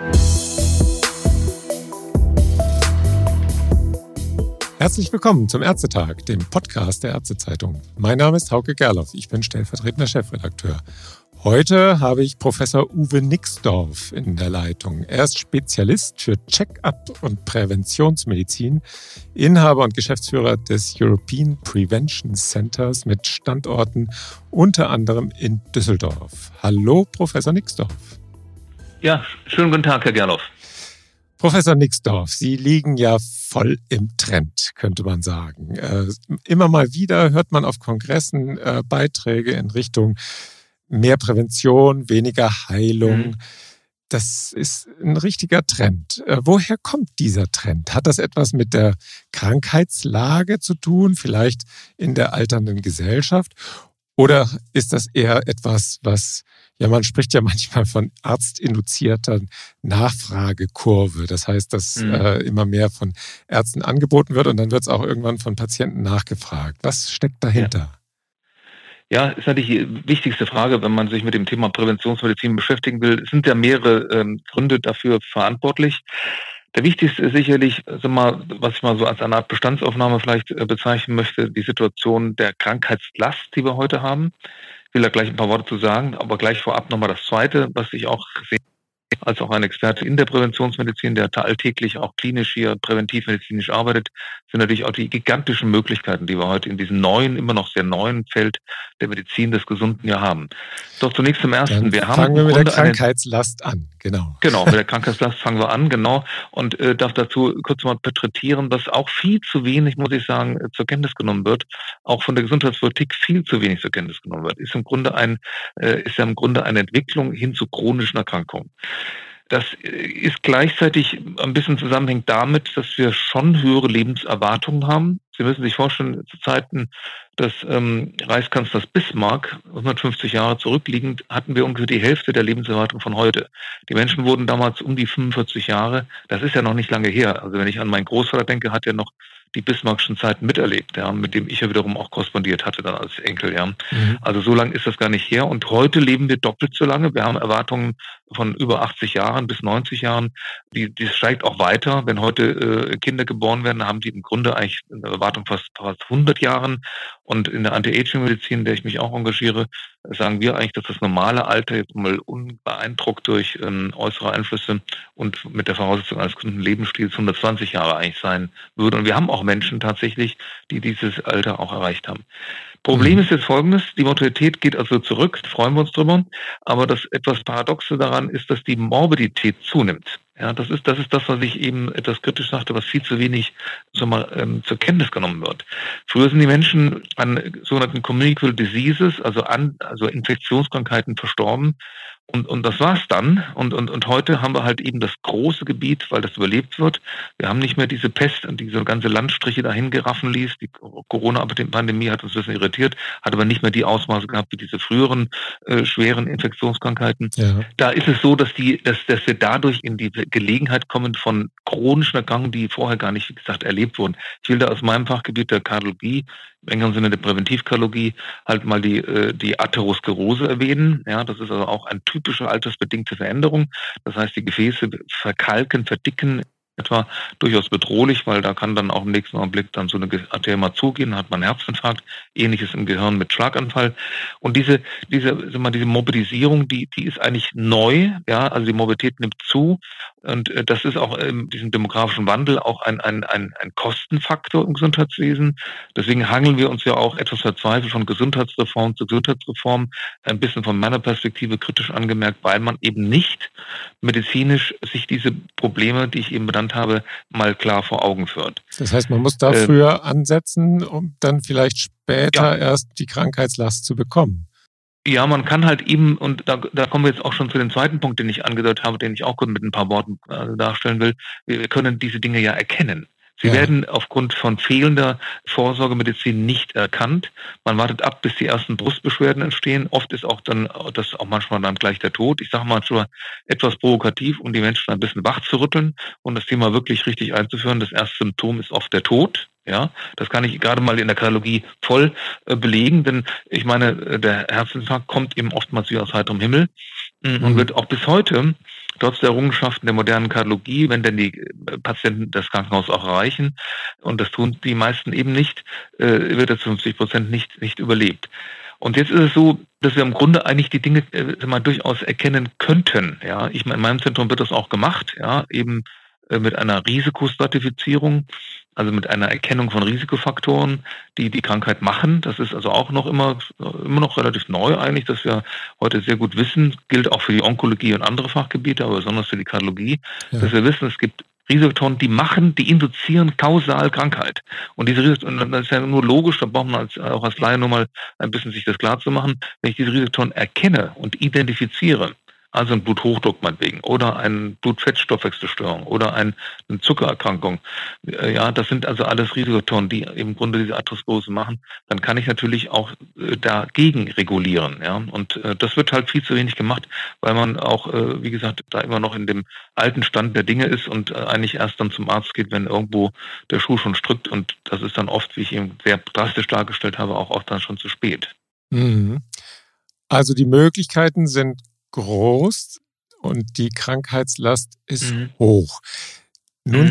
Herzlich willkommen zum Ärztetag, dem Podcast der Ärztezeitung. Mein Name ist Hauke Gerloff, ich bin stellvertretender Chefredakteur. Heute habe ich Professor Uwe Nixdorf in der Leitung. Er ist Spezialist für Check-up und Präventionsmedizin, Inhaber und Geschäftsführer des European Prevention Centers mit Standorten unter anderem in Düsseldorf. Hallo, Professor Nixdorf. Ja, schönen guten Tag, Herr Gerloff. Professor Nixdorf, Sie liegen ja voll im Trend, könnte man sagen. Immer mal wieder hört man auf Kongressen Beiträge in Richtung mehr Prävention, weniger Heilung. Das ist ein richtiger Trend. Woher kommt dieser Trend? Hat das etwas mit der Krankheitslage zu tun, vielleicht in der alternden Gesellschaft? Oder ist das eher etwas, was, ja, man spricht ja manchmal von arztinduzierter Nachfragekurve. Das heißt, dass immer mehr von Ärzten angeboten wird und dann wird es auch irgendwann von Patienten nachgefragt. Was steckt dahinter? Ja, ist natürlich die wichtigste Frage, wenn man sich mit dem Thema Präventionsmedizin beschäftigen will. Es sind ja mehrere Gründe dafür verantwortlich. Der wichtigste ist sicherlich, was ich mal so als eine Art Bestandsaufnahme vielleicht bezeichnen möchte, die Situation der Krankheitslast, die wir heute haben. Ich will da gleich ein paar Worte zu sagen, aber gleich vorab nochmal das Zweite, was ich auch sehe, als auch ein Experte in der Präventionsmedizin, der alltäglich auch klinisch hier präventivmedizinisch arbeitet, sind natürlich auch die gigantischen Möglichkeiten, die wir heute in diesem neuen, immer noch sehr neuen Feld der Medizin des Gesunden ja haben. Doch zunächst zum Ersten. Fangen wir mit der Krankheitslast an, genau. Genau, mit der Krankheitslast fangen wir an, genau. Und darf dazu kurz mal porträtieren, was auch viel zu wenig, muss ich sagen, zur Kenntnis genommen wird, auch von der Gesundheitspolitik viel zu wenig zur Kenntnis genommen wird, ist im Grunde eine Entwicklung hin zu chronischen Erkrankungen. Das ist gleichzeitig ein bisschen zusammenhängt damit, dass wir schon höhere Lebenserwartungen haben. Sie müssen sich vorstellen, zu Zeiten des Reichskanzlers Bismarck, 150 Jahre zurückliegend, hatten wir ungefähr die Hälfte der Lebenserwartung von heute. Die Menschen wurden damals um die 45 Jahre. Das ist ja noch nicht lange her. Also wenn ich an meinen Großvater denke, hat er noch die Bismarckschen Zeiten miterlebt, ja, mit dem ich ja wiederum auch korrespondiert hatte dann als Enkel. Ja. Also so lange ist das gar nicht her. Und heute leben wir doppelt so lange. Wir haben Erwartungen von über 80 Jahren bis 90 Jahren. Die steigt auch weiter. Wenn heute Kinder geboren werden, haben die im Grunde eigentlich eine Erwartung fast 100 Jahren. Und in der Anti-Aging-Medizin, in der ich mich auch engagiere, sagen wir eigentlich, dass das normale Alter jetzt mal unbeeindruckt durch äußere Einflüsse und mit der Voraussetzung eines gesunden Lebensstils 120 Jahre eigentlich sein würde. Und wir haben auch Menschen tatsächlich, die dieses Alter auch erreicht haben. Problem ist jetzt Folgendes: Die Mortalität geht also zurück, freuen wir uns drüber. Aber das etwas Paradoxe daran ist, dass die Morbidität zunimmt. Ja, das ist das, was ich eben etwas kritisch sagte, was viel zu wenig zur Kenntnis genommen wird. Früher sind die Menschen an sogenannten Communicable Diseases, also Infektionskrankheiten verstorben. Und das war's dann. Und heute haben wir halt eben das große Gebiet, weil das überlebt wird. Wir haben nicht mehr diese Pest und diese ganze Landstriche dahin geraffen ließ. Die Corona-Pandemie hat uns ein bisschen irritiert, hat aber nicht mehr die Ausmaße gehabt wie diese früheren schweren Infektionskrankheiten. Ja. Da ist es so, dass wir dadurch in die Gelegenheit kommen von chronischen Erkrankungen, die vorher gar nicht, wie gesagt, erlebt wurden. Ich will da aus meinem Fachgebiet der Kardiologie, im engeren Sinne der Präventivkardiologie, halt mal die Atherosklerose erwähnen. Ja, das ist also auch eine typische altersbedingte Veränderung. Das heißt, die Gefäße verkalken, verdicken, etwa durchaus bedrohlich, weil da kann dann auch im nächsten Augenblick dann so eine Arterie mal zugehen, hat man einen Herzinfarkt, ähnliches im Gehirn mit Schlaganfall. Und diese Mobilisierung, die ist eigentlich neu, ja, also die Mobilität nimmt zu. Und das ist auch in diesem demografischen Wandel auch ein Kostenfaktor im Gesundheitswesen. Deswegen hangeln wir uns ja auch etwas verzweifelt von Gesundheitsreform zu Gesundheitsreform, ein bisschen von meiner Perspektive kritisch angemerkt, weil man eben nicht medizinisch sich diese Probleme, die ich eben benannt habe, mal klar vor Augen führt. Das heißt, man muss da früher ansetzen, um dann vielleicht später erst die Krankheitslast zu bekommen. Ja, man kann halt eben, und da kommen wir jetzt auch schon zu dem zweiten Punkt, den ich angedeutet habe, den ich auch mit ein paar Worten darstellen will. Wir können diese Dinge ja erkennen. Sie werden aufgrund von fehlender Vorsorgemedizin nicht erkannt. Man wartet ab, bis die ersten Brustbeschwerden entstehen. Oft ist auch dann das auch manchmal dann gleich der Tod. Ich sage mal schon etwas provokativ, um die Menschen ein bisschen wach zu rütteln und das Thema wirklich richtig einzuführen. Das erste Symptom ist oft der Tod. Ja, das kann ich gerade mal in der Kardiologie voll belegen, denn ich meine, der Herzinfarkt kommt eben oftmals wie aus heiterem Himmel und wird auch bis heute trotz der Errungenschaften der modernen Kardiologie, wenn denn die Patienten das Krankenhaus auch erreichen, und das tun die meisten eben nicht, wird das 50% nicht überlebt. Und jetzt ist es so, dass wir im Grunde eigentlich die Dinge durchaus erkennen könnten. Ja, in meinem Zentrum wird das auch gemacht, ja, eben mit einer Risikostratifizierung, also mit einer Erkennung von Risikofaktoren, die die Krankheit machen. Das ist also auch noch immer noch relativ neu eigentlich, dass wir heute sehr gut wissen, gilt auch für die Onkologie und andere Fachgebiete, aber besonders für die Kardiologie, dass wir wissen, es gibt Risikofaktoren, die induzieren kausal Krankheit. Und diese Risikofaktoren, das ist ja nur logisch, da braucht man auch als Laie nur mal ein bisschen sich das klar zu machen, wenn ich diese Risikofaktoren erkenne und identifiziere, also ein Bluthochdruck meinetwegen oder eine Blutfettstoffwechselstörung oder eine Zuckererkrankung. Ja, das sind also alles Risikofaktoren, die im Grunde diese Atherosklerose machen. Dann kann ich natürlich auch dagegen regulieren. Ja, und das wird halt viel zu wenig gemacht, weil man auch, wie gesagt, da immer noch in dem alten Stand der Dinge ist und eigentlich erst dann zum Arzt geht, wenn irgendwo der Schuh schon drückt. Und das ist dann oft, wie ich eben sehr drastisch dargestellt habe, auch oft dann schon zu spät. Also die Möglichkeiten sind groß und die Krankheitslast ist hoch. Nun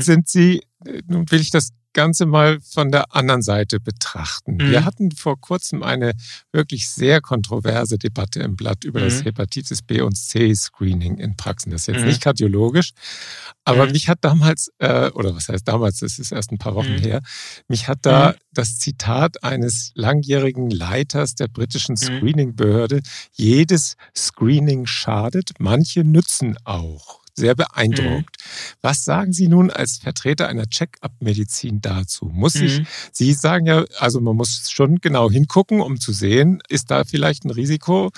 will ich das Ganze mal von der anderen Seite betrachten. Wir hatten vor kurzem eine wirklich sehr kontroverse Debatte im Blatt über das Hepatitis B und C Screening in Praxen. Das ist jetzt nicht kardiologisch, aber mich hat damals, oder was heißt damals, das ist erst ein paar Wochen her, mich hat da das Zitat eines langjährigen Leiters der britischen Screening-Behörde: Jedes Screening schadet, manche nützen auch, sehr beeindruckt. Was sagen Sie nun als Vertreter einer Check-up-Medizin dazu? Sie sagen ja, also man muss schon genau hingucken, um zu sehen, ist da vielleicht ein Risiko?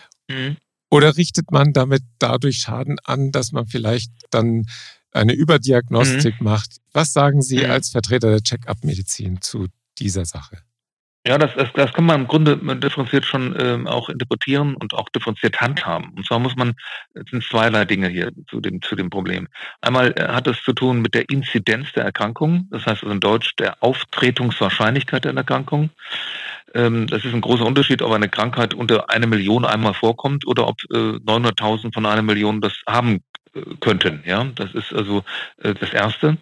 Oder richtet man damit dadurch Schaden an, dass man vielleicht dann eine Überdiagnostik macht? Was sagen Sie als Vertreter der Check-up-Medizin zu dieser Sache? Ja, das kann man im Grunde differenziert schon auch interpretieren und auch differenziert handhaben. Und zwar es sind zweierlei Dinge hier zu dem Problem. Einmal hat es zu tun mit der Inzidenz der Erkrankung, das heißt also in Deutsch der Auftretungswahrscheinlichkeit der Erkrankung. Das ist ein großer Unterschied, ob eine Krankheit unter 1 Million einmal vorkommt oder ob 900.000 von 1 Million das haben könnten. Ja, das ist also das Erste.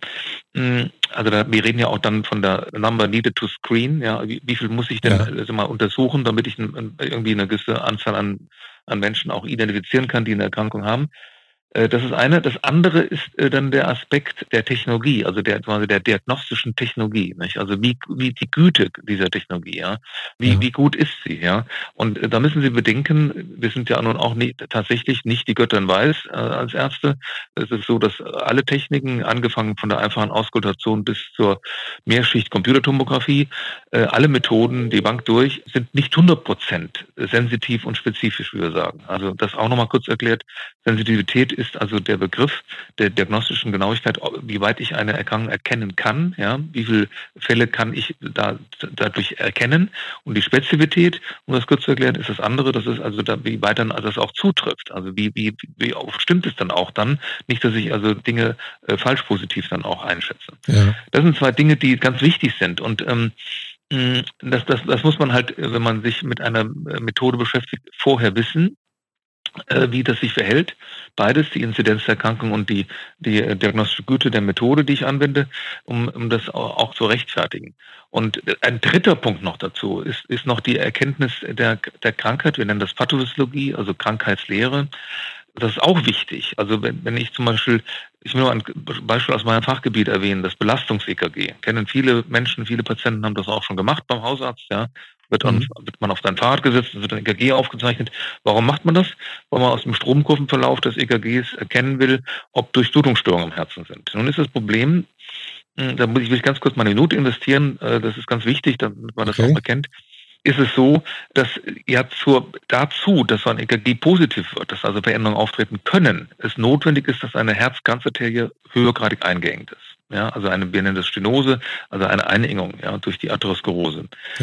Also wir reden ja auch dann von der Number needed to screen. Ja, wie viel muss ich denn mal untersuchen, damit ich irgendwie eine gewisse Anzahl an Menschen auch identifizieren kann, die eine Erkrankung haben. Das ist eine. Das andere ist dann der Aspekt der Technologie, also der diagnostischen Technologie, nicht? Also wie die Güte dieser Technologie, ja. Wie gut ist sie, ja? Und da müssen Sie bedenken, wir sind ja nun auch tatsächlich nicht die Götter in Weiß als Ärzte. Es ist so, dass alle Techniken, angefangen von der einfachen Auskultation bis zur Mehrschicht-Computertomographie, alle Methoden, die Bank durch, sind nicht 100% sensitiv und spezifisch, wie wir sagen. Also das auch nochmal kurz erklärt. Sensitivität ist also der Begriff der diagnostischen Genauigkeit, wie weit ich eine Erkrankung erkennen kann, ja, wie viele Fälle kann ich dadurch erkennen. Und die Spezifität, um das kurz zu erklären, ist das andere, das ist also wie weit dann das auch zutrifft. Also wie stimmt es dann auch dann, nicht, dass ich also Dinge falsch positiv dann auch einschätze. Ja. Das sind zwei Dinge, die ganz wichtig sind. Und das muss man halt, wenn man sich mit einer Methode beschäftigt, vorher wissen, wie das sich verhält. Beides, die Inzidenz der Erkrankung und die diagnostische Güte der Methode, die ich anwende, um das auch zu rechtfertigen. Und ein dritter Punkt noch dazu ist noch die Erkenntnis der Krankheit. Wir nennen das Pathophysiologie, also Krankheitslehre. Das ist auch wichtig. Also wenn ich zum Beispiel, ich will nur ein Beispiel aus meinem Fachgebiet erwähnen, das Belastungs-EKG. Kennen viele Menschen, viele Patienten haben das auch schon gemacht beim Hausarzt, ja. Wird man auf sein Fahrrad gesetzt, wird ein EKG aufgezeichnet. Warum macht man das? Weil man aus dem Stromkurvenverlauf des EKGs erkennen will, ob Durchblutungsstörungen im Herzen sind. Nun ist das Problem, da will ich ganz kurz mal eine Minute investieren, das ist ganz wichtig, damit man das auch erkennt, ist es so, dass dazu, dass so ein EKG positiv wird, dass also Veränderungen auftreten können, es notwendig ist, dass eine Herzkranzarterie höhergradig eingeengt ist. Ja, also wir nennen das Stenose, also eine Einengung, ja, durch die Atherosklerose. Ja.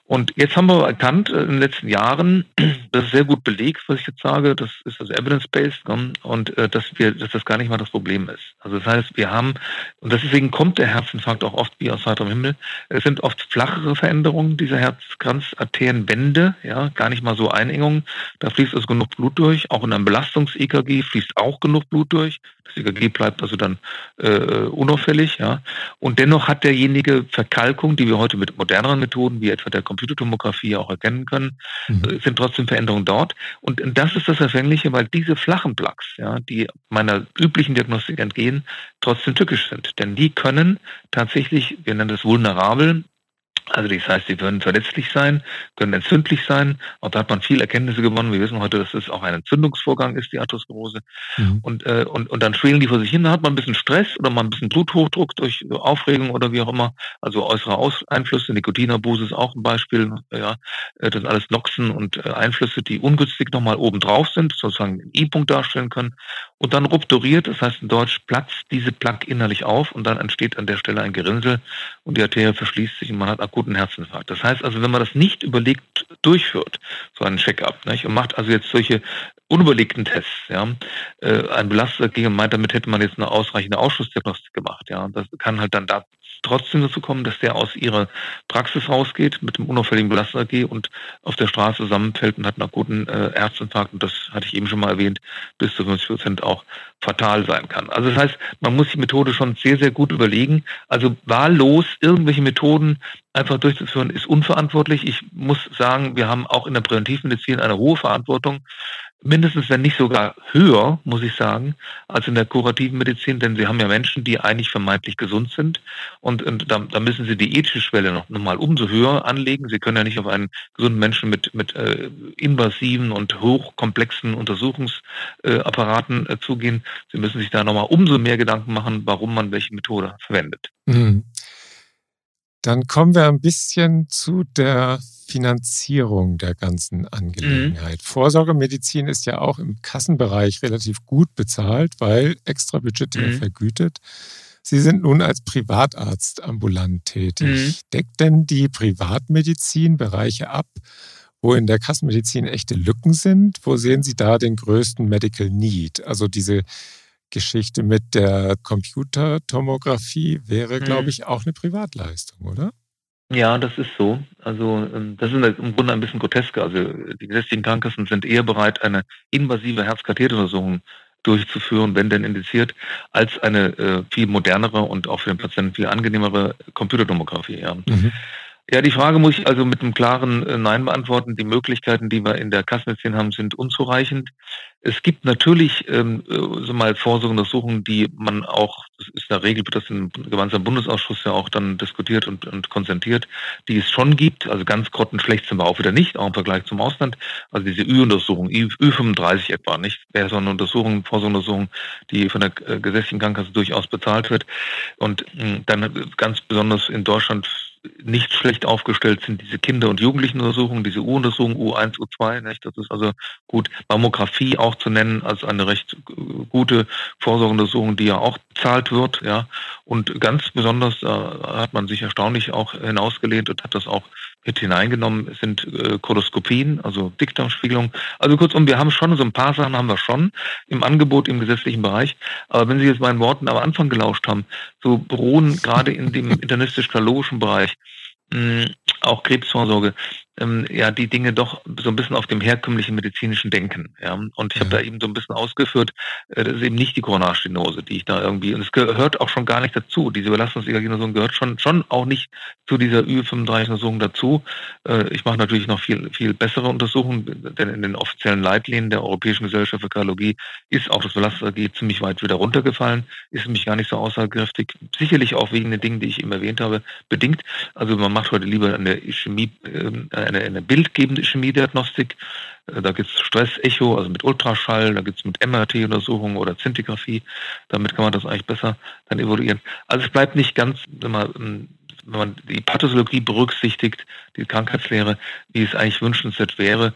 Und jetzt haben wir erkannt in den letzten Jahren, das ist sehr gut belegt, was ich jetzt sage, das ist also evidence-based, und dass das gar nicht mal das Problem ist. Also das heißt, wir haben, und deswegen kommt der Herzinfarkt auch oft wie aus heiterem Himmel, es sind oft flachere Veränderungen dieser Herzkranzarterienwände, ja, gar nicht mal so Einengungen, da fließt also genug Blut durch, auch in einem Belastungs-EKG fließt auch genug Blut durch, das EKG bleibt also dann unauffällig, ja, und dennoch hat derjenige Verkalkung, die wir heute mit moderneren Methoden, wie etwa der Computertomographie auch erkennen können, sind trotzdem Veränderungen dort. Und das ist das Erfängliche, weil diese flachen Plaques, ja, die meiner üblichen Diagnostik entgehen, trotzdem tückisch sind. Denn die können tatsächlich, wir nennen das vulnerabel, also das heißt, sie können verletzlich sein, können entzündlich sein. Auch da hat man viel Erkenntnisse gewonnen. Wir wissen heute, dass es auch ein Entzündungsvorgang ist, die Atherosklerose. Und dann schwelen die vor sich hin. Da hat man ein bisschen Stress oder mal ein bisschen Bluthochdruck durch Aufregung oder wie auch immer. Also äußere Einflüsse. Nikotinabuse ist auch ein Beispiel. Ja, das sind alles Noxen und Einflüsse, die ungünstig nochmal oben drauf sind, sozusagen einen I-Punkt darstellen können. Und dann rupturiert, das heißt in Deutsch platzt diese Plaque innerlich auf und dann entsteht an der Stelle ein Gerinnsel und die Arterie verschließt sich und man hat akuten Herzinfarkt. Das heißt also, wenn man das nicht überlegt durchführt, so einen Check-up, nicht, und macht also jetzt solche unüberlegten Tests, ja, ein Belaster gegen meint, damit hätte man jetzt eine ausreichende Ausschussdiagnostik gemacht, ja, und das kann halt dann da trotzdem dazu kommen, dass der aus ihrer Praxis rausgeht mit dem unauffälligen Belaster-AG und auf der Straße zusammenfällt und hat einen akuten Herzinfarkt, und das hatte ich eben schon mal erwähnt, bis zu 50% auch fatal sein kann. Also das heißt, man muss die Methode schon sehr, sehr gut überlegen. Also wahllos irgendwelche Methoden einfach durchzuführen, ist unverantwortlich. Ich muss sagen, wir haben auch in der Präventivmedizin eine hohe Verantwortung, mindestens, wenn nicht sogar höher, muss ich sagen, als in der kurativen Medizin, denn Sie haben ja Menschen, die eigentlich vermeintlich gesund sind, und da müssen Sie die ethische Schwelle noch mal umso höher anlegen. Sie können ja nicht auf einen gesunden Menschen mit invasiven und hochkomplexen Untersuchungsapparaten zugehen. Sie müssen sich da noch mal umso mehr Gedanken machen, warum man welche Methode verwendet. Dann kommen wir ein bisschen zu der Finanzierung der ganzen Angelegenheit. Vorsorgemedizin ist ja auch im Kassenbereich relativ gut bezahlt, weil extrabudgetär vergütet. Sie sind nun als Privatarzt ambulant tätig. Deckt denn die Privatmedizin Bereiche ab, wo in der Kassenmedizin echte Lücken sind? Wo sehen Sie da den größten Medical Need? Also diese Geschichte mit der Computertomographie wäre, glaube ich, auch eine Privatleistung, oder? Ja, das ist so. Also das ist im Grunde ein bisschen grotesk. Also die gesetzlichen Krankenkassen sind eher bereit, eine invasive Herzkatheteruntersuchung durchzuführen, wenn denn indiziert, als eine viel modernere und auch für den Patienten viel angenehmere Computertomographie. Ja. Ja, die Frage muss ich also mit einem klaren Nein beantworten. Die Möglichkeiten, die wir in der Kassenmedizin haben, sind unzureichend. Es gibt natürlich so mal Vorsorgeuntersuchungen, die man auch, das ist in der Regel, wird das im gemeinsamen Bundesausschuss ja auch dann diskutiert und konsentiert, die es schon gibt. Also ganz grottenschlecht sind wir auch wieder nicht, auch im Vergleich zum Ausland. Also diese Ü-Untersuchung, Ü35 etwa, nicht? Wäre so eine Untersuchung, Vorsorgeuntersuchung, die von der gesetzlichen Krankenkasse durchaus bezahlt wird. Und dann ganz besonders in Deutschland nicht schlecht aufgestellt sind diese Kinder- und Jugendlichenuntersuchungen, diese U-Untersuchungen, U1, U2, nicht? Das ist also gut. Mammographie auch zu nennen als eine recht gute Vorsorgeuntersuchung, die ja auch bezahlt wird, ja. Und ganz besonders hat man sich erstaunlich auch hinausgelehnt und hat das auch mit hineingenommen, sind Koloskopien, also Dickdarmspiegelung. Also kurzum, wir haben schon so ein paar Sachen haben wir schon im Angebot im gesetzlichen Bereich. Aber wenn Sie jetzt meinen Worten am Anfang gelauscht haben, so beruhen gerade in dem internistisch-kardiologischen Bereich auch Krebsvorsorge, ja, die Dinge doch so ein bisschen auf dem herkömmlichen medizinischen Denken. Ja. Und ich habe da eben so ein bisschen ausgeführt, das ist eben nicht die Koronarstenose, die ich da irgendwie, und es gehört auch schon gar nicht dazu. Diese Überlastungs-EKG-Untersuchung gehört schon auch nicht zu dieser Ü35-Untersuchung dazu. Ich mache natürlich noch viel, viel bessere Untersuchungen, denn in den offiziellen Leitlinien der Europäischen Gesellschaft für Kardiologie ist auch das Belastungs-EKG ziemlich weit wieder runtergefallen, ist nämlich gar nicht so aussagekräftig. Sicherlich auch wegen den Dingen, die ich eben erwähnt habe, bedingt. Also man macht heute lieber eine Ischämie, eine bildgebende Ischämie-Diagnostik. Da gibt es Stress-Echo, also mit Ultraschall, da gibt es mit MRT-Untersuchungen oder Zintigraphie. Damit kann man das eigentlich besser dann evaluieren. Also es bleibt nicht ganz, wenn man die Pathologie berücksichtigt, die Krankheitslehre, wie es eigentlich wünschenswert wäre,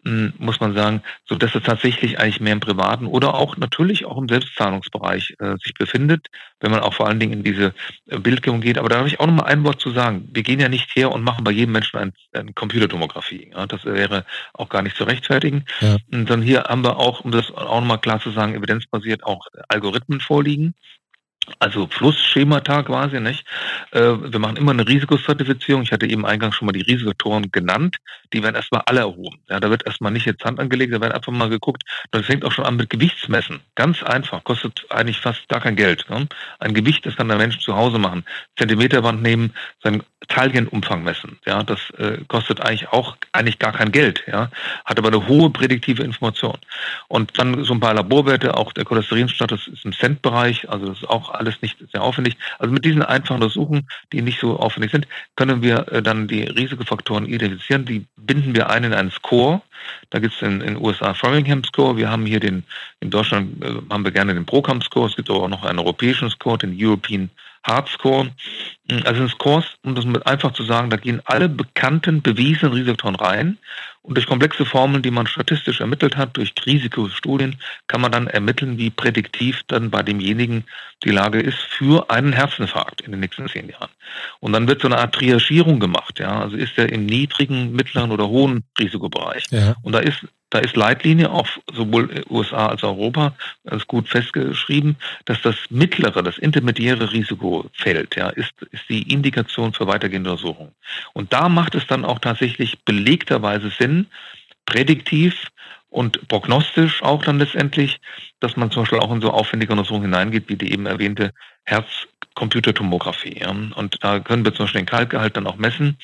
muss man sagen, so dass es tatsächlich eigentlich mehr im privaten oder auch natürlich auch im Selbstzahlungsbereich sich befindet, wenn man auch vor allen Dingen in diese Bildgebung geht. Aber da habe ich auch noch mal ein Wort zu sagen. Wir gehen ja nicht her und machen bei jedem Menschen eine Computertomographie. Ja, das wäre auch gar nicht zu rechtfertigen. Ja. Sondern hier haben wir auch, um das auch noch mal klar zu sagen, evidenzbasiert auch Algorithmen vorliegen. Also Flussschemata quasi, nicht? Wir machen immer eine Risikostratifizierung. Ich hatte eben eingangs schon mal die Risikofaktoren genannt. Die werden erstmal alle erhoben. Ja, da wird erstmal nicht jetzt Hand angelegt, da wird einfach mal geguckt. Das fängt auch schon an mit Gewichtsmessen. Ganz einfach, kostet eigentlich fast gar kein Geld. Ne? Ein Gewicht, das kann der Mensch zu Hause machen. Zentimeterband nehmen, seinen Teilchenumfang messen. Ja, das kostet eigentlich gar kein Geld. Ja, hat aber eine hohe prädiktive Information. Und dann so ein paar Laborwerte, auch der Cholesterinstatus ist im Cent-Bereich, also das ist auch alles nicht sehr aufwendig. Also mit diesen einfachen Untersuchungen, die nicht so aufwendig sind, können wir dann die Risikofaktoren identifizieren. Die binden wir ein in einen Score. Da gibt es in den USA Framingham Score. Wir haben hier in Deutschland haben wir gerne den ProCam Score. Es gibt aber auch noch einen europäischen Score, den European Heart Score. Also in Scores, um das mit einfach zu sagen, da gehen alle bekannten, bewiesenen Risikofaktoren rein. Und durch komplexe Formeln, die man statistisch ermittelt hat, durch Risikostudien, kann man dann ermitteln, wie prädiktiv dann bei demjenigen die Lage ist für einen Herzinfarkt in den nächsten 10 Jahren. Und dann wird so eine Art Triagierung gemacht. Ja? Also ist er im niedrigen, mittleren oder hohen Risikobereich. Ja. Und da ist Leitlinie auf sowohl USA als auch Europa ganz gut festgeschrieben, dass das mittlere, das intermediäre Risikofeld, ja, ist die Indikation für weitergehende Untersuchungen. Und da macht es dann auch tatsächlich belegterweise Sinn, prädiktiv und prognostisch auch dann letztendlich, dass man zum Beispiel auch in so aufwendige Untersuchungen hineingeht, wie die eben erwähnte Herzcomputertomographie. Ja. Und da können wir zum Beispiel den Kalkgehalt dann auch messen.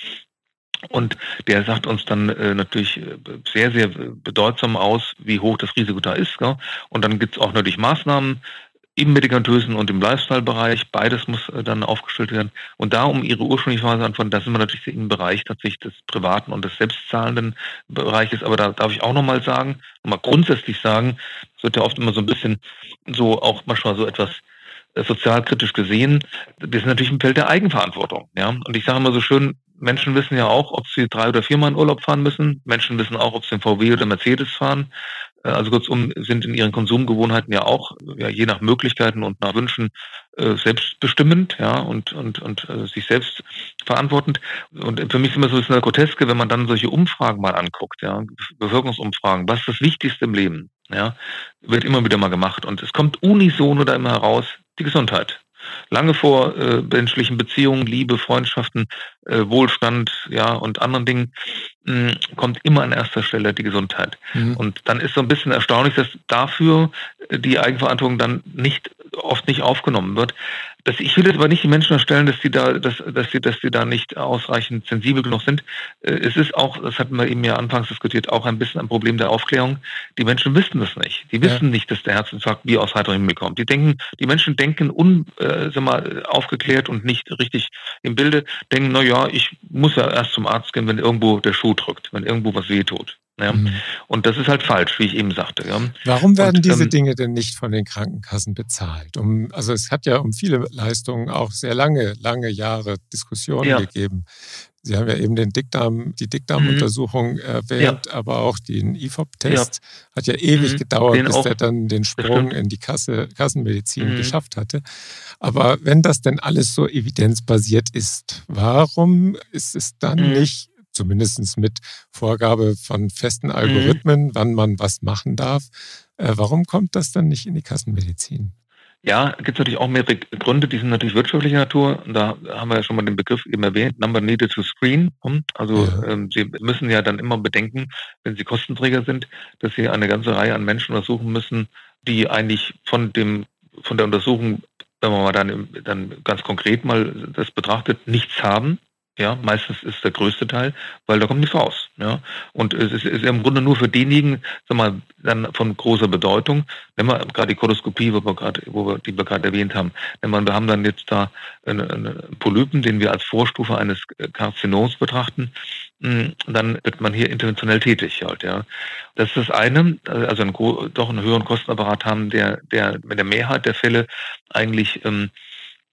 Und der sagt uns dann natürlich sehr, sehr bedeutsam aus, wie hoch das Risiko da ist. Gell? Und dann gibt es auch natürlich Maßnahmen im medikamentösen und im Lifestyle-Bereich. Beides muss dann aufgestellt werden. Und da, um Ihre ursprüngliche Frage zu antworten, da sind wir natürlich im Bereich tatsächlich des privaten und des selbstzahlenden Bereiches. Aber da darf ich auch nochmal grundsätzlich sagen, es wird ja oft immer so ein bisschen so auch manchmal so etwas sozialkritisch gesehen. Wir sind natürlich im Feld der Eigenverantwortung. Ja? Und ich sage immer so schön, Menschen wissen ja auch, ob sie 3 oder 4 Mal in Urlaub fahren müssen. Menschen wissen auch, ob sie einen VW oder Mercedes fahren. Also kurzum sind in ihren Konsumgewohnheiten ja auch je nach Möglichkeiten und nach Wünschen selbstbestimmend, ja, und sich selbst verantwortend. Und für mich ist immer so eine Groteske, wenn man dann solche Umfragen mal anguckt, ja, Bevölkerungsumfragen, was ist das Wichtigste im Leben, ja, wird immer wieder mal gemacht. Und es kommt unisono da immer heraus, die Gesundheit. Lange vor menschlichen Beziehungen, Liebe, Freundschaften, Wohlstand, ja, und anderen Dingen kommt immer an erster Stelle die Gesundheit. Mhm. Und dann ist so ein bisschen erstaunlich, dass dafür die Eigenverantwortung dann oft nicht aufgenommen wird. Ich will jetzt aber nicht die Menschen erstellen, dass sie da nicht ausreichend sensibel genug sind. Es ist auch, das hatten wir eben ja anfangs diskutiert, auch ein bisschen ein Problem der Aufklärung. Die Menschen wissen das nicht. Die wissen nicht, dass der Herzinfarkt wie aus heiterem Himmel kommt. Die Menschen denken aufgeklärt und nicht richtig im Bilde, denken, na ja, ich muss ja erst zum Arzt gehen, wenn irgendwo der Schuh drückt, wenn irgendwo was wehtut. Ja. Und das ist halt falsch, wie ich eben sagte. Ja. Warum werden diese Dinge denn nicht von den Krankenkassen bezahlt? Also es hat ja um viele Leistungen auch sehr lange Jahre Diskussionen gegeben. Sie haben ja eben die Dickdarmuntersuchung erwähnt, aber auch den IFOP-Test hat ja ewig gedauert, bis der dann den Sprung in die Kassenmedizin geschafft hatte. Aber wenn das denn alles so evidenzbasiert ist, warum ist es dann nicht, zumindest mit Vorgabe von festen Algorithmen, wann man was machen darf, warum kommt das dann nicht in die Kassenmedizin? Ja, gibt es natürlich auch mehrere Gründe, die sind natürlich wirtschaftlicher Natur. Da haben wir ja schon mal den Begriff eben erwähnt, Number Needed to Screen. Also Sie müssen ja dann immer bedenken, wenn Sie Kostenträger sind, dass Sie eine ganze Reihe an Menschen untersuchen müssen, die eigentlich von der Untersuchung, wenn man mal dann ganz konkret mal das betrachtet, nichts haben. Ja, meistens ist der größte Teil, weil da kommt nichts raus. Ja, und es ist im Grunde nur für denjenigen, dann von großer Bedeutung. Wenn wir gerade die Koloskopie, die wir gerade erwähnt haben, wir haben dann jetzt da einen Polypen, den wir als Vorstufe eines Karzinoms betrachten, dann wird man hier interventionell tätig halt. Ja, das ist das eine. Also doch einen höheren Kostenapparat haben, der mit der Mehrheit der Fälle eigentlich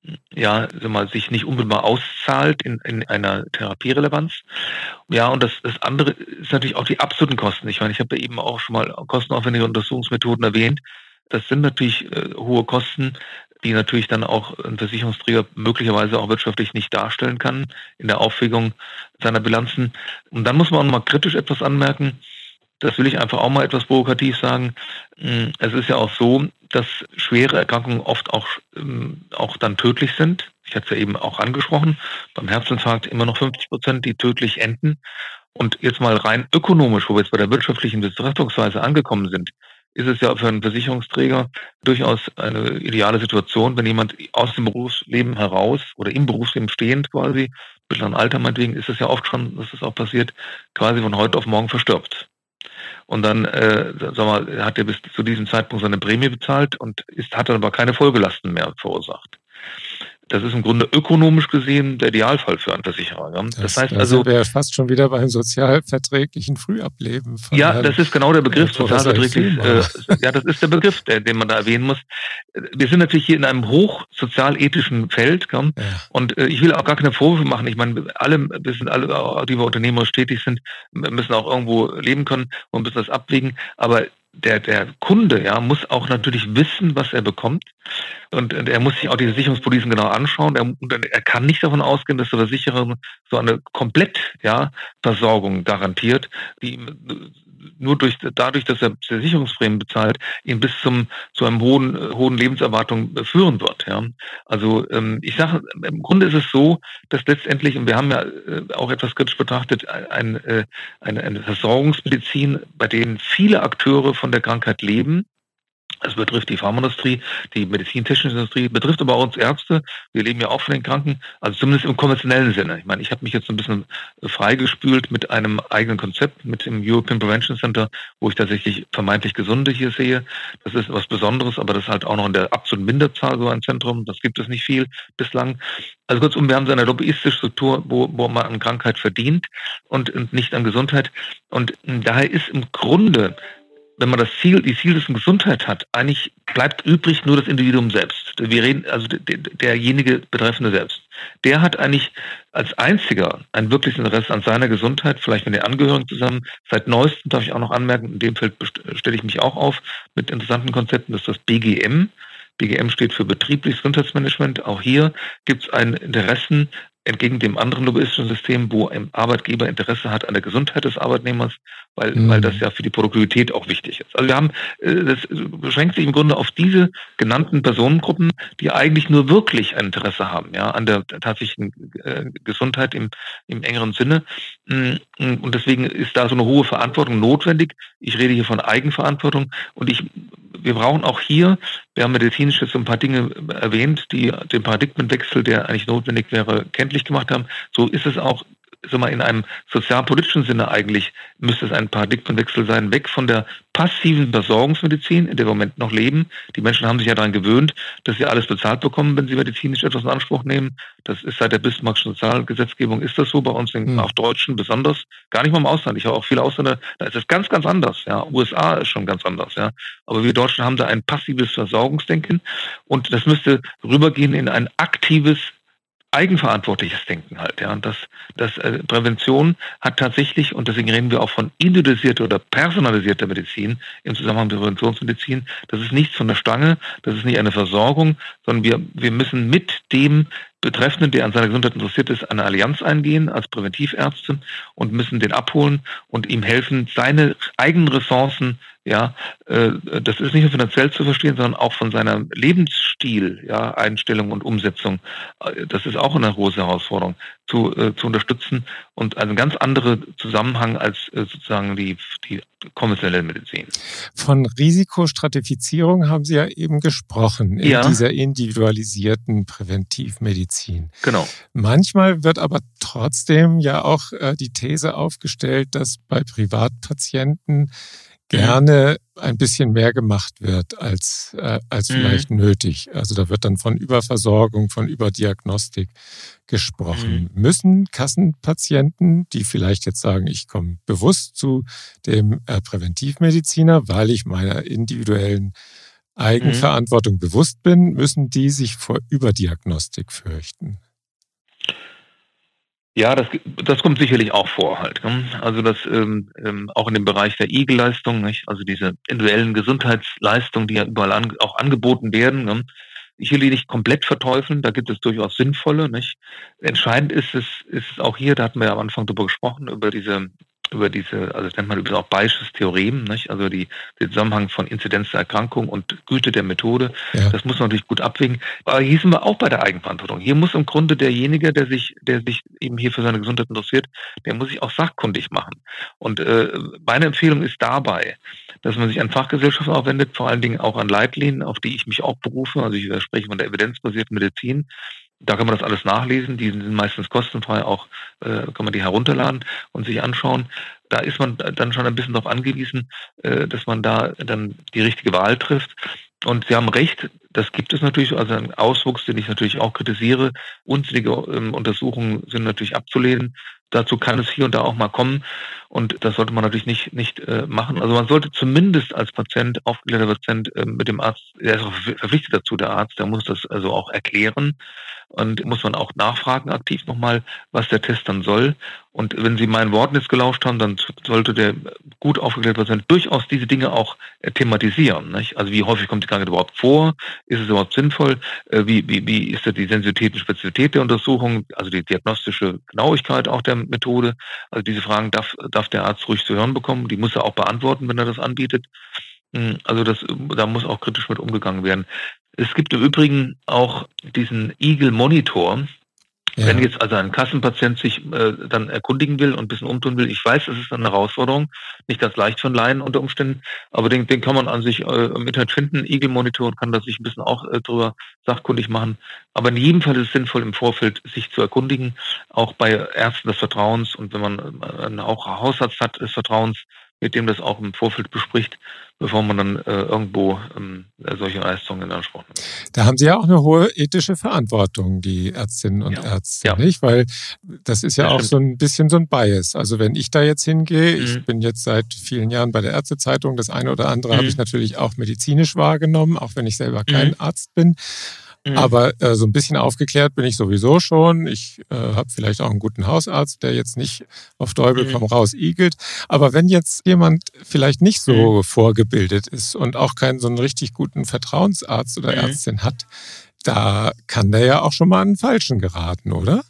ja, sich nicht unmittelbar auszahlt in einer Therapierelevanz. Ja, und das andere ist natürlich auch die absoluten Kosten. Ich meine, ich habe ja eben auch schon mal kostenaufwendige Untersuchungsmethoden erwähnt. Das sind natürlich hohe Kosten, die natürlich dann auch ein Versicherungsträger möglicherweise auch wirtschaftlich nicht darstellen kann in der Aufwägung seiner Bilanzen. Und dann muss man auch mal kritisch etwas anmerken. Das will ich einfach auch mal etwas provokativ sagen. Es ist ja auch so, dass schwere Erkrankungen oft auch dann tödlich sind. Ich hatte es ja eben auch angesprochen. Beim Herzinfarkt immer noch 50%, die tödlich enden. Und jetzt mal rein ökonomisch, wo wir jetzt bei der wirtschaftlichen Betrachtungsweise angekommen sind, ist es ja für einen Versicherungsträger durchaus eine ideale Situation, wenn jemand aus dem Berufsleben heraus oder im Berufsleben stehend quasi, mittleren Alter meinetwegen, ist es ja oft schon, dass es auch passiert, quasi von heute auf morgen verstirbt. Und dann hat er bis zu diesem Zeitpunkt seine Prämie bezahlt und hat dann aber keine Folgelasten mehr verursacht. Das ist im Grunde ökonomisch gesehen der Idealfall für einen Versicherer. Ja? Das heißt also, sind wir ja fast schon wieder beim sozialverträglichen Frühableben. Ja, das ist genau der Begriff, sozialverträglich. Ja, das ist der Begriff, den man da erwähnen muss. Wir sind natürlich hier in einem hochsozialethischen Feld. Ja? Und ich will auch gar keine Vorwürfe machen. Ich meine, wir sind alle, die wir unternehmerisch tätig sind, müssen auch irgendwo leben können und müssen das abwägen. Aber der Kunde, ja, muss auch natürlich wissen, was er bekommt. Und er muss sich auch die Versicherungspolicen genau anschauen. Er kann nicht davon ausgehen, dass der Versicherer so eine Versorgung garantiert, die nur dadurch, dass er Versicherungsprämien bezahlt, ihn bis zu einem hohen Lebenserwartung führen wird. Ja. Also ich sage, im Grunde ist es so, dass letztendlich, und wir haben ja auch etwas kritisch betrachtet, eine Versorgungsmedizin, bei denen viele Akteure von der Krankheit leben. Das betrifft die Pharmaindustrie, die medizintechnische Industrie, betrifft aber auch uns Ärzte. Wir leben ja auch von den Kranken, also zumindest im konventionellen Sinne. Ich meine, ich habe mich jetzt ein bisschen freigespült mit einem eigenen Konzept, mit dem European Prevention Center, wo ich tatsächlich vermeintlich Gesunde hier sehe. Das ist was Besonderes, aber das ist halt auch noch in der absoluten Minderzahl so ein Zentrum. Das gibt es nicht viel bislang. Also kurzum, wir haben so eine lobbyistische Struktur, wo man an Krankheit verdient und nicht an Gesundheit. Und daher ist im Grunde, wenn man die Zielsetzung Gesundheit hat, eigentlich bleibt übrig nur das Individuum selbst. Wir reden also derjenige Betreffende selbst. Der hat eigentlich als einziger ein wirkliches Interesse an seiner Gesundheit, vielleicht mit den Angehörigen zusammen. Seit neuestem darf ich auch noch anmerken, in dem Feld stelle ich mich auch auf mit interessanten Konzepten, das ist das BGM. BGM steht für betriebliches Gesundheitsmanagement. Auch hier gibt es ein Interessen entgegen dem anderen lobbyistischen System, wo ein Arbeitgeber Interesse hat an der Gesundheit des Arbeitnehmers, weil das ja für die Produktivität auch wichtig ist. Also wir haben, das beschränkt sich im Grunde auf diese genannten Personengruppen, die eigentlich nur wirklich ein Interesse haben, ja, an der tatsächlichen Gesundheit im engeren Sinne. Und deswegen ist da so eine hohe Verantwortung notwendig. Ich rede hier von Eigenverantwortung und wir brauchen auch hier, wir haben medizinisch jetzt so ein paar Dinge erwähnt, die den Paradigmenwechsel, der eigentlich notwendig wäre, kenntlich gemacht haben. So ist es auch, in einem sozialpolitischen Sinne eigentlich, müsste es ein Paradigmenwechsel sein, weg von der passiven Versorgungsmedizin, in der wir im Moment noch leben. Die Menschen haben sich ja daran gewöhnt, dass sie alles bezahlt bekommen, wenn sie medizinisch etwas in Anspruch nehmen. Das ist seit der Bismarckschen Sozialgesetzgebung ist das so, bei uns auch Deutschen besonders, gar nicht mal im Ausland. Ich habe auch viele Ausländer, da ist es ganz, ganz anders. Ja. USA ist schon ganz anders. Ja. Aber wir Deutschen haben da ein passives Versorgungsdenken und das müsste rübergehen in ein aktives, eigenverantwortliches Denken halt, ja. Und das Prävention hat tatsächlich, und deswegen reden wir auch von individualisierter oder personalisierter Medizin im Zusammenhang mit Präventionsmedizin. Das ist nichts von der Stange, das ist nicht eine Versorgung, sondern wir müssen mit dem Betreffenden, der an seiner Gesundheit interessiert ist, eine Allianz eingehen als Präventivärzte und müssen den abholen und ihm helfen, seine eigenen Ressourcen, ja, das ist nicht nur finanziell zu verstehen, sondern auch von seinem Lebensstil, ja, Einstellung und Umsetzung. Das ist auch eine große Herausforderung zu unterstützen und ein ganz anderer Zusammenhang als sozusagen die konventionelle Medizin. Von Risikostratifizierung haben Sie ja eben gesprochen in dieser individualisierten Präventivmedizin. Genau. Manchmal wird aber trotzdem ja auch die These aufgestellt, dass bei Privatpatienten gerne ein bisschen mehr gemacht wird als vielleicht nötig. Also da wird dann von Überversorgung, von Überdiagnostik gesprochen. Müssen Kassenpatienten, die vielleicht jetzt sagen, ich komme bewusst zu dem Präventivmediziner, weil ich meiner individuellen Eigenverantwortung bewusst bin, müssen die sich vor Überdiagnostik fürchten? Ja, das kommt sicherlich auch vor halt. Ne? Also das auch in dem Bereich der IGEL-Leistung, nicht? Also diese individuellen Gesundheitsleistungen, die ja überall auch angeboten werden. Ne? Ich will die nicht komplett verteufeln, da gibt es durchaus sinnvolle. Nicht? Entscheidend ist es auch hier, da hatten wir ja am Anfang drüber gesprochen, über diese, also das nennt man übrigens auch Bayesches Theorem, nicht? Also den Zusammenhang von Inzidenz der Erkrankung und Güte der Methode. Ja. Das muss man natürlich gut abwägen. Aber hier sind wir auch bei der Eigenverantwortung. Hier muss im Grunde derjenige, der sich eben hier für seine Gesundheit interessiert, der muss sich auch sachkundig machen. Und meine Empfehlung ist dabei, dass man sich an Fachgesellschaften aufwendet, vor allen Dingen auch an Leitlinien, auf die ich mich auch berufe. Also ich spreche von der evidenzbasierten Medizin. Da kann man das alles nachlesen. Die sind meistens kostenfrei, auch kann man die herunterladen und sich anschauen. Da ist man dann schon ein bisschen darauf angewiesen, dass man da dann die richtige Wahl trifft. Und Sie haben recht, das gibt es natürlich, also ein Auswuchs, den ich natürlich auch kritisiere. Unzählige Untersuchungen sind natürlich abzulehnen. Dazu kann es hier und da auch mal kommen. Und das sollte man natürlich nicht machen. Also man sollte zumindest als Patient, aufgeklärter Patient, mit dem Arzt, der ist auch verpflichtet dazu, der Arzt, der muss das also auch erklären. Und muss man auch nachfragen aktiv nochmal, was der Test dann soll. Und wenn Sie meinen Worten jetzt gelauscht haben, dann sollte der gut aufgeklärte Patient durchaus diese Dinge auch thematisieren. Nicht? Also wie häufig kommt die Krankheit überhaupt vor? Ist es überhaupt sinnvoll? Wie ist da die Sensitivität und Spezifität der Untersuchung? Also die diagnostische Genauigkeit auch der Methode? Also diese Fragen darf der Arzt ruhig zu hören bekommen. Die muss er auch beantworten, wenn er das anbietet. Also da muss auch kritisch mit umgegangen werden. Es gibt im Übrigen auch diesen IGEL-Monitor. Ja. Wenn jetzt also ein Kassenpatient sich dann erkundigen will und ein bisschen umtun will, ich weiß, das ist eine Herausforderung, nicht ganz leicht für einen Laien unter Umständen, aber den kann man an sich im Internet finden, IGEL-Monitor, und kann das sich ein bisschen auch drüber sachkundig machen. Aber in jedem Fall ist es sinnvoll, im Vorfeld sich zu erkundigen, auch bei Ärzten des Vertrauens, und wenn man auch Hausarzt hat des Vertrauens, mit dem das auch im Vorfeld bespricht, bevor man dann irgendwo solche Leistungen in Anspruch nimmt. Da haben Sie ja auch eine hohe ethische Verantwortung, die Ärztinnen und Ärzte, nicht? Weil das ist ja auch so ein bisschen so ein Bias. Also wenn ich da jetzt hingehe, ich bin jetzt seit vielen Jahren bei der Ärztezeitung, das eine oder andere habe ich natürlich auch medizinisch wahrgenommen, auch wenn ich selber kein Arzt bin. Aber so ein bisschen aufgeklärt bin ich sowieso schon. Ich habe vielleicht auch einen guten Hausarzt, der jetzt nicht auf Teufel komm raus igelt. Aber wenn jetzt jemand vielleicht nicht so vorgebildet ist und auch keinen so einen richtig guten Vertrauensarzt oder Ärztin hat, da kann der ja auch schon mal an den Falschen geraten, oder?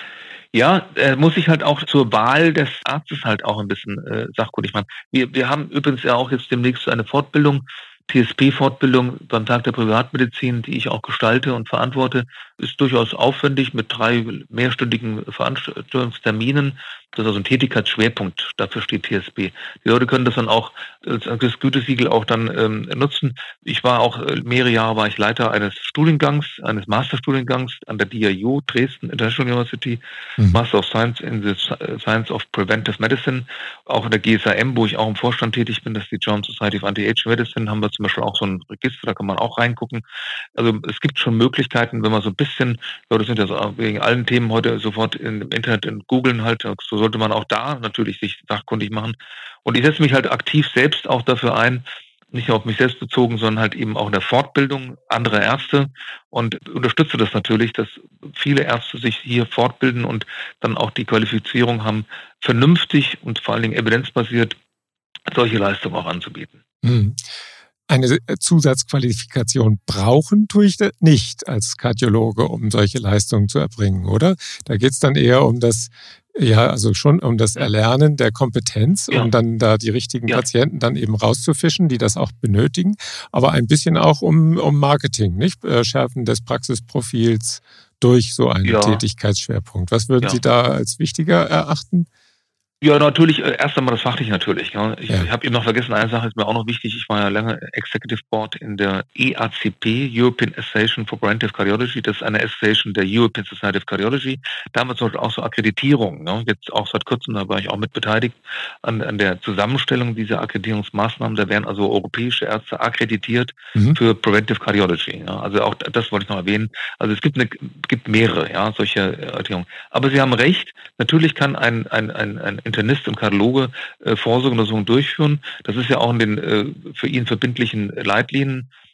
Ja, muss ich halt auch zur Wahl des Arztes halt auch ein bisschen sachkundig machen. Wir haben übrigens ja auch jetzt demnächst eine Fortbildung, TSP-Fortbildung beim Tag der Privatmedizin, die ich auch gestalte und verantworte, ist durchaus aufwendig mit 3 mehrstündigen Veranstaltungsterminen. Das ist also ein Tätigkeitsschwerpunkt, dafür steht TSP. Die Leute können das dann auch als Gütesiegel auch dann nutzen. Ich war auch mehrere Jahre war ich Leiter eines Studiengangs, eines Masterstudiengangs an der DIU, Dresden International University, Master of Science in the Science of Preventive Medicine. Auch in der GSAM, wo ich auch im Vorstand tätig bin, das ist die German Society of Anti-Aging Medicine, haben wir zum Beispiel auch so ein Register, da kann man auch reingucken. Also es gibt schon Möglichkeiten, wenn man so ein bisschen, das sind ja so wegen allen Themen heute sofort im Internet googeln halt, so sollte man auch da natürlich sich sachkundig machen. Und ich setze mich halt aktiv selbst auch dafür ein, nicht nur auf mich selbst bezogen, sondern halt eben auch in der Fortbildung anderer Ärzte, und unterstütze das natürlich, dass viele Ärzte sich hier fortbilden und dann auch die Qualifizierung haben, vernünftig und vor allen Dingen evidenzbasiert solche Leistungen auch anzubieten. Eine Zusatzqualifikation brauchen tue ich nicht als Kardiologe, um solche Leistungen zu erbringen, oder? Da geht es dann eher um das, also schon um das Erlernen der Kompetenz, um dann da die richtigen Patienten dann eben rauszufischen, die das auch benötigen, aber ein bisschen auch um Marketing, nicht? Schärfen des Praxisprofils durch so einen Tätigkeitsschwerpunkt. Was würden Sie da als wichtiger erachten? Ja, natürlich, erst einmal das Fachliche natürlich. Ja. Ich habe eben noch vergessen, eine Sache ist mir auch noch wichtig. Ich war ja lange Executive Board in der EACP, European Association for Preventive Cardiology. Das ist eine Association der European Society of Cardiology. Da haben wir zum Beispiel auch so Akkreditierung. Ja. Jetzt auch seit kurzem, da war ich auch mit beteiligt an der Zusammenstellung dieser Akkreditierungsmaßnahmen. Da werden also europäische Ärzte akkreditiert für Preventive Cardiology. Ja. Also auch das wollte ich noch erwähnen. Also es gibt mehrere solche Akkreditierungen. Aber Sie haben recht, natürlich kann ein Internist und Kardiologe Vorsorgeuntersuchungen durchführen. Das ist ja auch in den für ihn verbindlichen Leitlinien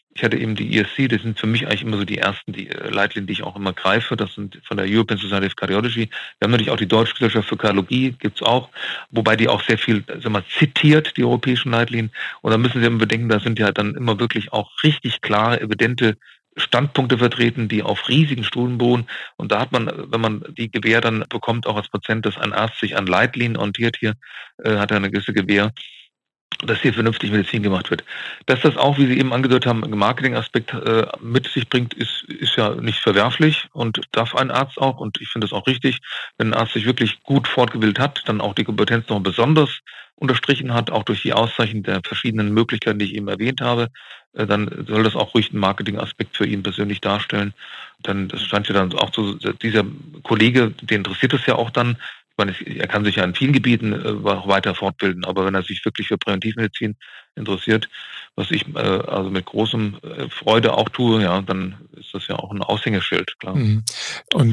Ich hatte eben die ESC, das sind für mich eigentlich immer so die ersten Leitlinien, die ich auch immer greife. Das sind von der European Society of Cardiology. Wir haben natürlich auch die Deutsche Gesellschaft für Kardiologie, gibt's auch, wobei die auch sehr viel, zitiert, die europäischen Leitlinien. Und da müssen Sie immer bedenken, da sind ja dann immer wirklich auch richtig klare, evidente Standpunkte vertreten, die auf riesigen Studien beruhen. Und da hat man, wenn man die Gewähr dann bekommt, auch als Patient, dass ein Arzt sich an Leitlinien orientiert, hier hat er eine gewisse Gewähr, dass hier vernünftig Medizin gemacht wird. Dass das auch, wie Sie eben angedeutet haben, einen Marketingaspekt mit sich bringt, ist ja nicht verwerflich und darf ein Arzt auch. Und ich finde es auch richtig, wenn ein Arzt sich wirklich gut fortgebildet hat, dann auch die Kompetenz noch besonders unterstrichen hat, auch durch die Auszeichnung der verschiedenen Möglichkeiten, die ich eben erwähnt habe, dann soll das auch ruhig einen Marketingaspekt für ihn persönlich darstellen. Dann, das scheint ja dann auch so, dieser Kollege, den interessiert es ja auch dann. Er kann sich ja in vielen Gebieten auch weiter fortbilden, aber wenn er sich wirklich für Präventivmedizin interessiert, was ich also mit großem Freude auch tue, ja, dann ist das ja auch ein Aushängeschild, klar. Und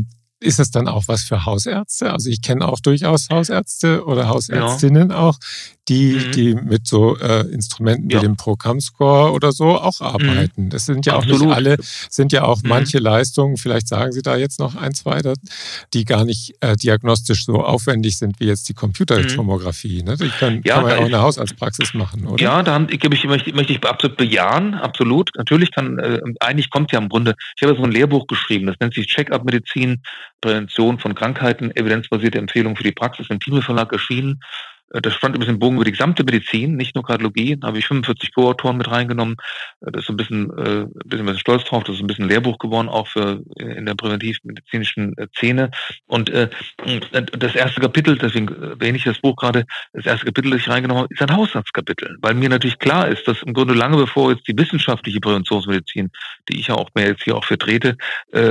ist es dann auch was für Hausärzte? Also ich kenne auch durchaus Hausärzte oder Hausärztinnen auch, die mit so Instrumenten wie dem ProCam-Score oder so auch arbeiten. Das sind ja auch nicht alle, sind ja auch manche Leistungen, vielleicht sagen Sie da jetzt noch ein, zwei, die gar nicht diagnostisch so aufwendig sind wie jetzt die Computertomographie. Ne? Die kann man ja auch in der Hausarztpraxis machen, oder? Ja, da möchte ich absolut bejahen, absolut. Natürlich eigentlich kommt ja im Grunde, ich habe so ein Lehrbuch geschrieben, das nennt sich Check-up-Medizin, Prävention von Krankheiten, evidenzbasierte Empfehlungen für die Praxis, im Thieme Verlag erschienen. Das stand ein bisschen Bogen über die gesamte Medizin, nicht nur Kardiologie. Da habe ich 45 Co-Autoren mit reingenommen. Das ist ein bisschen stolz drauf. Das ist ein bisschen Lehrbuch geworden, auch für in der präventivmedizinischen Szene. Und das erste Kapitel, deswegen erwähne ich das Buch gerade, das erste Kapitel, das ich reingenommen habe, ist ein Hausarztkapitel. Weil mir natürlich klar ist, dass im Grunde lange bevor jetzt die wissenschaftliche Präventionsmedizin, die ich ja auch mehr jetzt hier auch vertrete,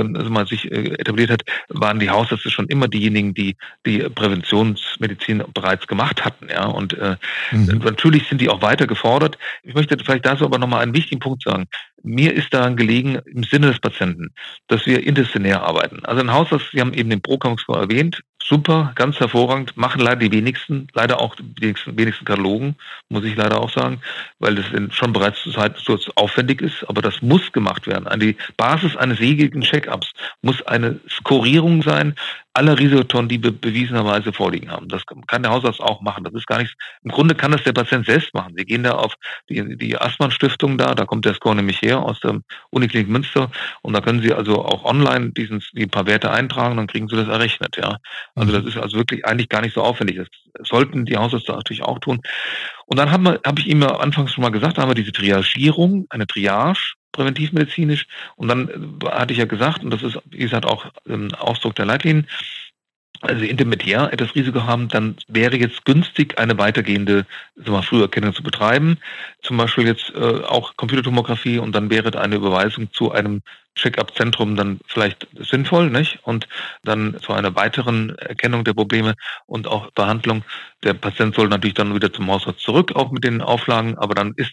sich etabliert hat, waren die Hausärzte schon immer diejenigen, die Präventionsmedizin bereits gemacht hatten, ja, und natürlich sind die auch weiter gefordert. Ich möchte vielleicht dazu aber nochmal einen wichtigen Punkt sagen. Mir ist daran gelegen, im Sinne des Patienten, dass wir interdisziplinär arbeiten. Also ein Hausarzt, Sie haben eben den ProCam-Score erwähnt, super, ganz hervorragend, machen leider die wenigsten, leider auch die wenigsten Kardiologen, muss ich leider auch sagen, weil das schon bereits zur Zeit so aufwendig ist, aber das muss gemacht werden. An die Basis eines jegligen Check-ups muss eine Skorierung sein, aller Risikotoren, die bewiesenerweise vorliegen haben. Das kann der Hausarzt auch machen. Das ist gar nichts. Im Grunde kann das der Patient selbst machen. Sie gehen da auf die Assmann-Stiftung da kommt der Score nämlich her aus der Uniklinik Münster und da können Sie also auch online die paar Werte eintragen, dann kriegen Sie das errechnet, ja. Also das ist also wirklich eigentlich gar nicht so aufwendig. Das sollten die Hausärzte natürlich auch tun. Und dann habe ich Ihnen anfangs schon mal gesagt, da haben wir diese Triagierung, eine Triage, präventivmedizinisch. Und dann hatte ich ja gesagt, und das ist, wie gesagt, auch Ausdruck der Leitlinien, also intermediär etwas Risiko haben, dann wäre jetzt günstig, eine weitergehende Früherkennung zu betreiben. Zum Beispiel jetzt auch Computertomographie und dann wäre eine Überweisung zu einem Check-up-Zentrum dann vielleicht sinnvoll, nicht? Und dann zu einer weiteren Erkennung der Probleme und auch Behandlung. Der Patient soll natürlich dann wieder zum Hausarzt zurück, auch mit den Auflagen, aber dann ist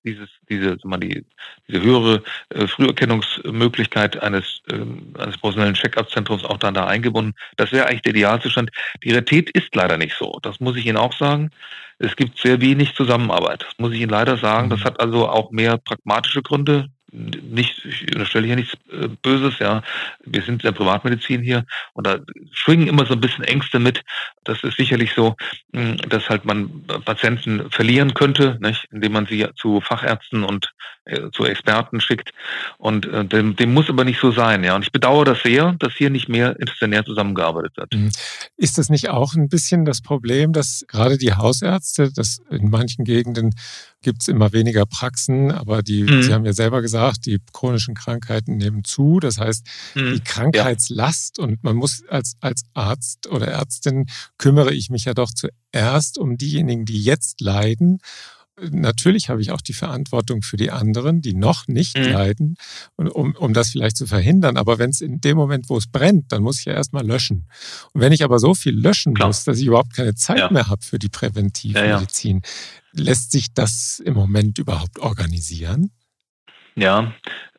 diese höhere Früherkennungsmöglichkeit eines professionellen Check-up-Zentrums auch dann da eingebunden. Das wäre eigentlich der Idealzustand. Die Realität ist leider nicht so. Das muss ich Ihnen auch sagen. Es gibt sehr wenig Zusammenarbeit. Das muss ich Ihnen leider sagen. Das hat also auch mehr pragmatische Gründe. Ich unterstelle hier nichts Böses, ja. Wir sind in der Privatmedizin hier und da schwingen immer so ein bisschen Ängste mit. Das ist sicherlich so, dass halt man Patienten verlieren könnte, nicht? Indem man sie zu Fachärzten und zu Experten schickt. Und dem muss aber nicht so sein, ja. Und ich bedauere das sehr, dass hier nicht mehr interdisziplinär zusammengearbeitet wird. Ist das nicht auch ein bisschen das Problem, dass gerade die Hausärzte, dass in manchen Gegenden gibt es immer weniger Praxen, aber Sie haben ja selber gesagt, die chronischen Krankheiten nehmen zu. Das heißt, die Krankheitslast und man muss als Arzt oder Ärztin kümmere ich mich ja doch zuerst um diejenigen, die jetzt leiden. Natürlich habe ich auch die Verantwortung für die anderen, die noch nicht leiden, um das vielleicht zu verhindern. Aber wenn es in dem Moment, wo es brennt, dann muss ich ja erstmal löschen. Und wenn ich aber so viel löschen muss, dass ich überhaupt keine Zeit mehr habe für die Präventivmedizin, lässt sich das im Moment überhaupt organisieren? Ja,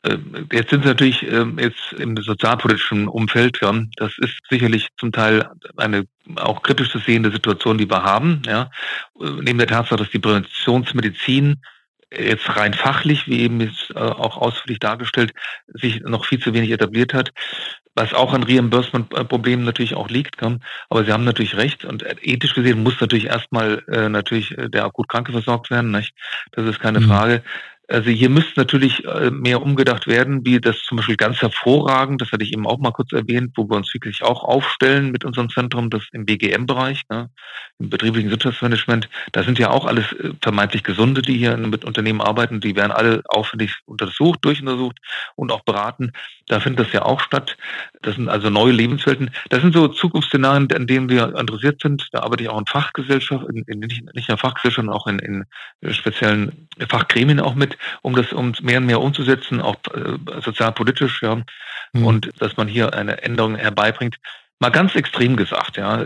jetzt sind Sie natürlich jetzt im sozialpolitischen Umfeld, ja, das ist sicherlich zum Teil eine auch kritisch zu sehende Situation, die wir haben, ja. Neben der Tatsache, dass die Präventionsmedizin jetzt rein fachlich, wie eben jetzt auch ausführlich dargestellt, sich noch viel zu wenig etabliert hat, was auch an Reimbursement-Problemen natürlich auch liegt. Aber Sie haben natürlich recht und ethisch gesehen muss natürlich erstmal der akut Kranke versorgt werden. Nicht? Das ist keine Frage. Also hier müsste natürlich mehr umgedacht werden, wie das zum Beispiel ganz hervorragend, das hatte ich eben auch mal kurz erwähnt, wo wir uns wirklich auch aufstellen mit unserem Zentrum, das im BGM-Bereich, im betrieblichen Gesundheitsmanagement. Da sind ja auch alles vermeintlich Gesunde, die hier mit Unternehmen arbeiten, die werden alle aufwendig durchuntersucht und auch beraten. Da findet das ja auch statt. Das sind also neue Lebenswelten. Das sind so Zukunftsszenarien, an denen wir interessiert sind. Da arbeite ich auch in Fachgesellschaften, nicht in der Fachgesellschaft, sondern auch in speziellen Fachgremien auch mit, um mehr und mehr umzusetzen, auch sozialpolitisch, und dass man hier eine Änderung herbeibringt. Mal ganz extrem gesagt, da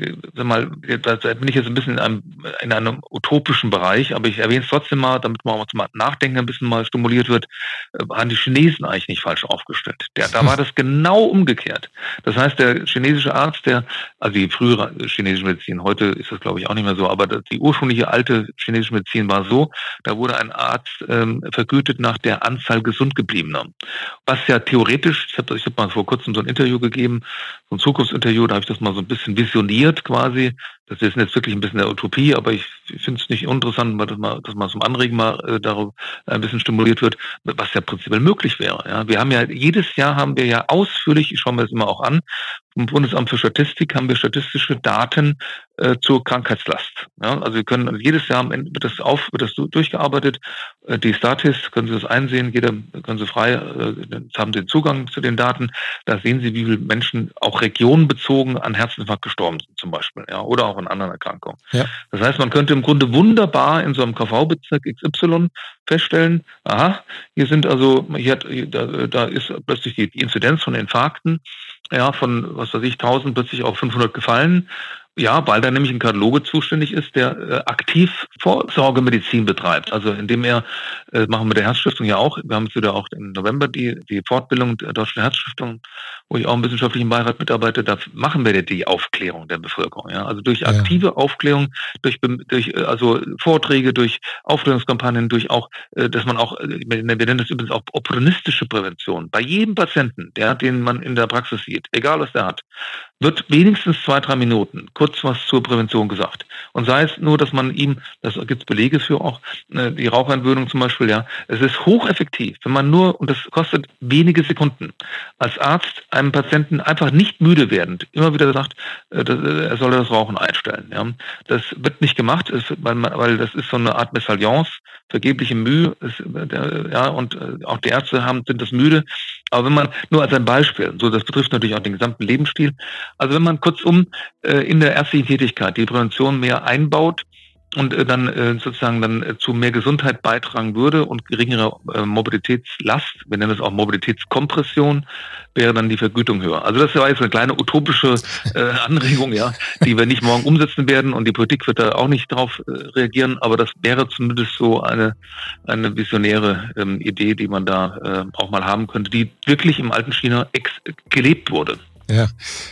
bin ich jetzt ein bisschen in einem utopischen Bereich, aber ich erwähne es trotzdem mal, damit man auch zum Nachdenken ein bisschen mal stimuliert wird, waren die Chinesen eigentlich nicht falsch aufgestellt. Da war das genau umgekehrt. Das heißt, der chinesische Arzt, also die frühere chinesische Medizin, heute ist das glaube ich auch nicht mehr so, aber die ursprüngliche alte chinesische Medizin war so, da wurde ein Arzt vergütet nach der Anzahl Gesundgebliebener. Was ja theoretisch, ich hab mal vor kurzem so ein Interview gegeben, so ein Zukunftsinterview, da habe ich das mal so ein bisschen visioniert quasi. Das ist jetzt wirklich ein bisschen der Utopie, aber ich finde es nicht uninteressant, dass man zum Anregen mal darüber ein bisschen stimuliert wird, was ja prinzipiell möglich wäre. Ja. Jedes Jahr haben wir ja ausführlich, ich schaue mir das immer auch an, vom Bundesamt für Statistik haben wir statistische Daten zur Krankheitslast. Ja. Also wir können jedes Jahr wird das durchgearbeitet. Die Statis, können Sie das einsehen, können Sie frei, haben Sie Zugang zu den Daten. Da sehen Sie, wie viele Menschen auch regionenbezogen an Herzinfarkt gestorben sind zum Beispiel, oder auch an anderen Erkrankungen. Ja. Das heißt, man könnte im Grunde wunderbar in so einem KV-Bezirk XY feststellen, hier sind also, da ist plötzlich die Inzidenz von Infarkten, von, 1000 plötzlich auf 500 gefallen. Ja, weil da nämlich ein Kardiologe zuständig ist, der aktiv Vorsorgemedizin betreibt. Also indem machen wir der Herzstiftung ja auch, wir haben jetzt wieder auch im November die Fortbildung der Deutschen Herzstiftung, wo ich auch im wissenschaftlichen Beirat mitarbeite, da machen wir die Aufklärung der Bevölkerung. Ja? Also durch aktive Aufklärung, durch also Vorträge, durch Aufklärungskampagnen, durch auch, dass man auch, wir nennen das übrigens auch opportunistische Prävention. Bei jedem Patienten, den man in der Praxis sieht, egal was der hat, wird wenigstens 2-3 Minuten kurz was zur Prävention gesagt. Und sei es nur, dass man ihm, das gibt es Belege für auch, die Rauchentwöhnung zum Beispiel, es ist hocheffektiv, wenn man nur, und das kostet wenige Sekunden, als Arzt einem Patienten einfach nicht müde werdend immer wieder sagt, er solle das Rauchen einstellen. Ja. Das wird nicht gemacht, weil das ist so eine Art Mesalliance, vergebliche Mühe, und auch die Ärzte sind das müde. Aber wenn man, nur als ein Beispiel, so das betrifft natürlich auch den gesamten Lebensstil, also wenn man kurzum in der ärztlichen Tätigkeit die Prävention mehr einbaut und dann sozusagen zu mehr Gesundheit beitragen würde und geringere Mobilitätslast, wir nennen es auch Mobilitätskompression, wäre dann die Vergütung höher. Also das war jetzt eine kleine utopische Anregung, die wir nicht morgen umsetzen werden und die Politik wird da auch nicht darauf reagieren, aber das wäre zumindest so eine visionäre Idee, die man da auch mal haben könnte, die wirklich im alten China gelebt wurde. Ja.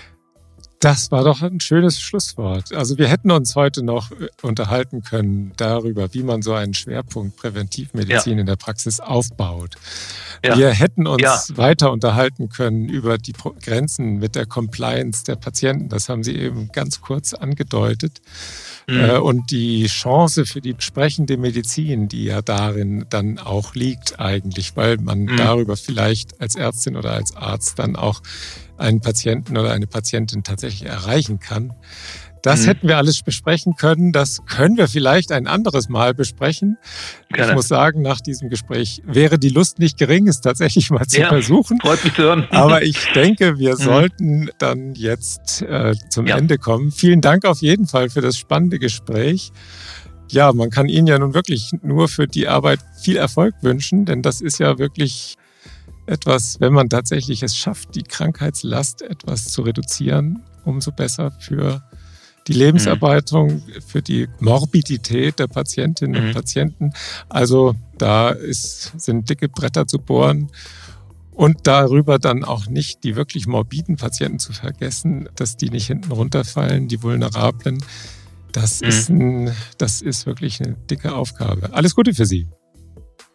Das war doch ein schönes Schlusswort. Also wir hätten uns heute noch unterhalten können darüber, wie man so einen Schwerpunkt Präventivmedizin in der Praxis aufbaut. Ja. Wir hätten uns weiter unterhalten können über die Grenzen mit der Compliance der Patienten. Das haben Sie eben ganz kurz angedeutet. Und die Chance für die sprechende Medizin, die ja darin dann auch liegt eigentlich, weil man darüber vielleicht als Ärztin oder als Arzt dann auch einen Patienten oder eine Patientin tatsächlich erreichen kann. Das hätten wir alles besprechen können. Das können wir vielleicht ein anderes Mal besprechen. Gerne. Ich muss sagen, nach diesem Gespräch wäre die Lust nicht gering, es tatsächlich mal zu versuchen. Freut mich zu hören. Aber ich denke, wir sollten dann jetzt zum Ende kommen. Vielen Dank auf jeden Fall für das spannende Gespräch. Ja, man kann Ihnen ja nun wirklich nur für die Arbeit viel Erfolg wünschen, denn das ist ja wirklich etwas, wenn man tatsächlich es schafft, die Krankheitslast etwas zu reduzieren, umso besser für die Lebenserwartung, für die Morbidität der Patientinnen und Patienten. Also da sind dicke Bretter zu bohren und darüber dann auch nicht die wirklich morbiden Patienten zu vergessen, dass die nicht hinten runterfallen, die Vulnerablen. Das ist wirklich eine dicke Aufgabe. Alles Gute für Sie.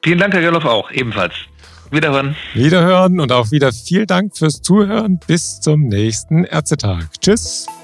Vielen Dank, Herr Gerloff, auch ebenfalls. Wiederhören und auch wieder vielen Dank fürs Zuhören. Bis zum nächsten Ärztetag. Tschüss.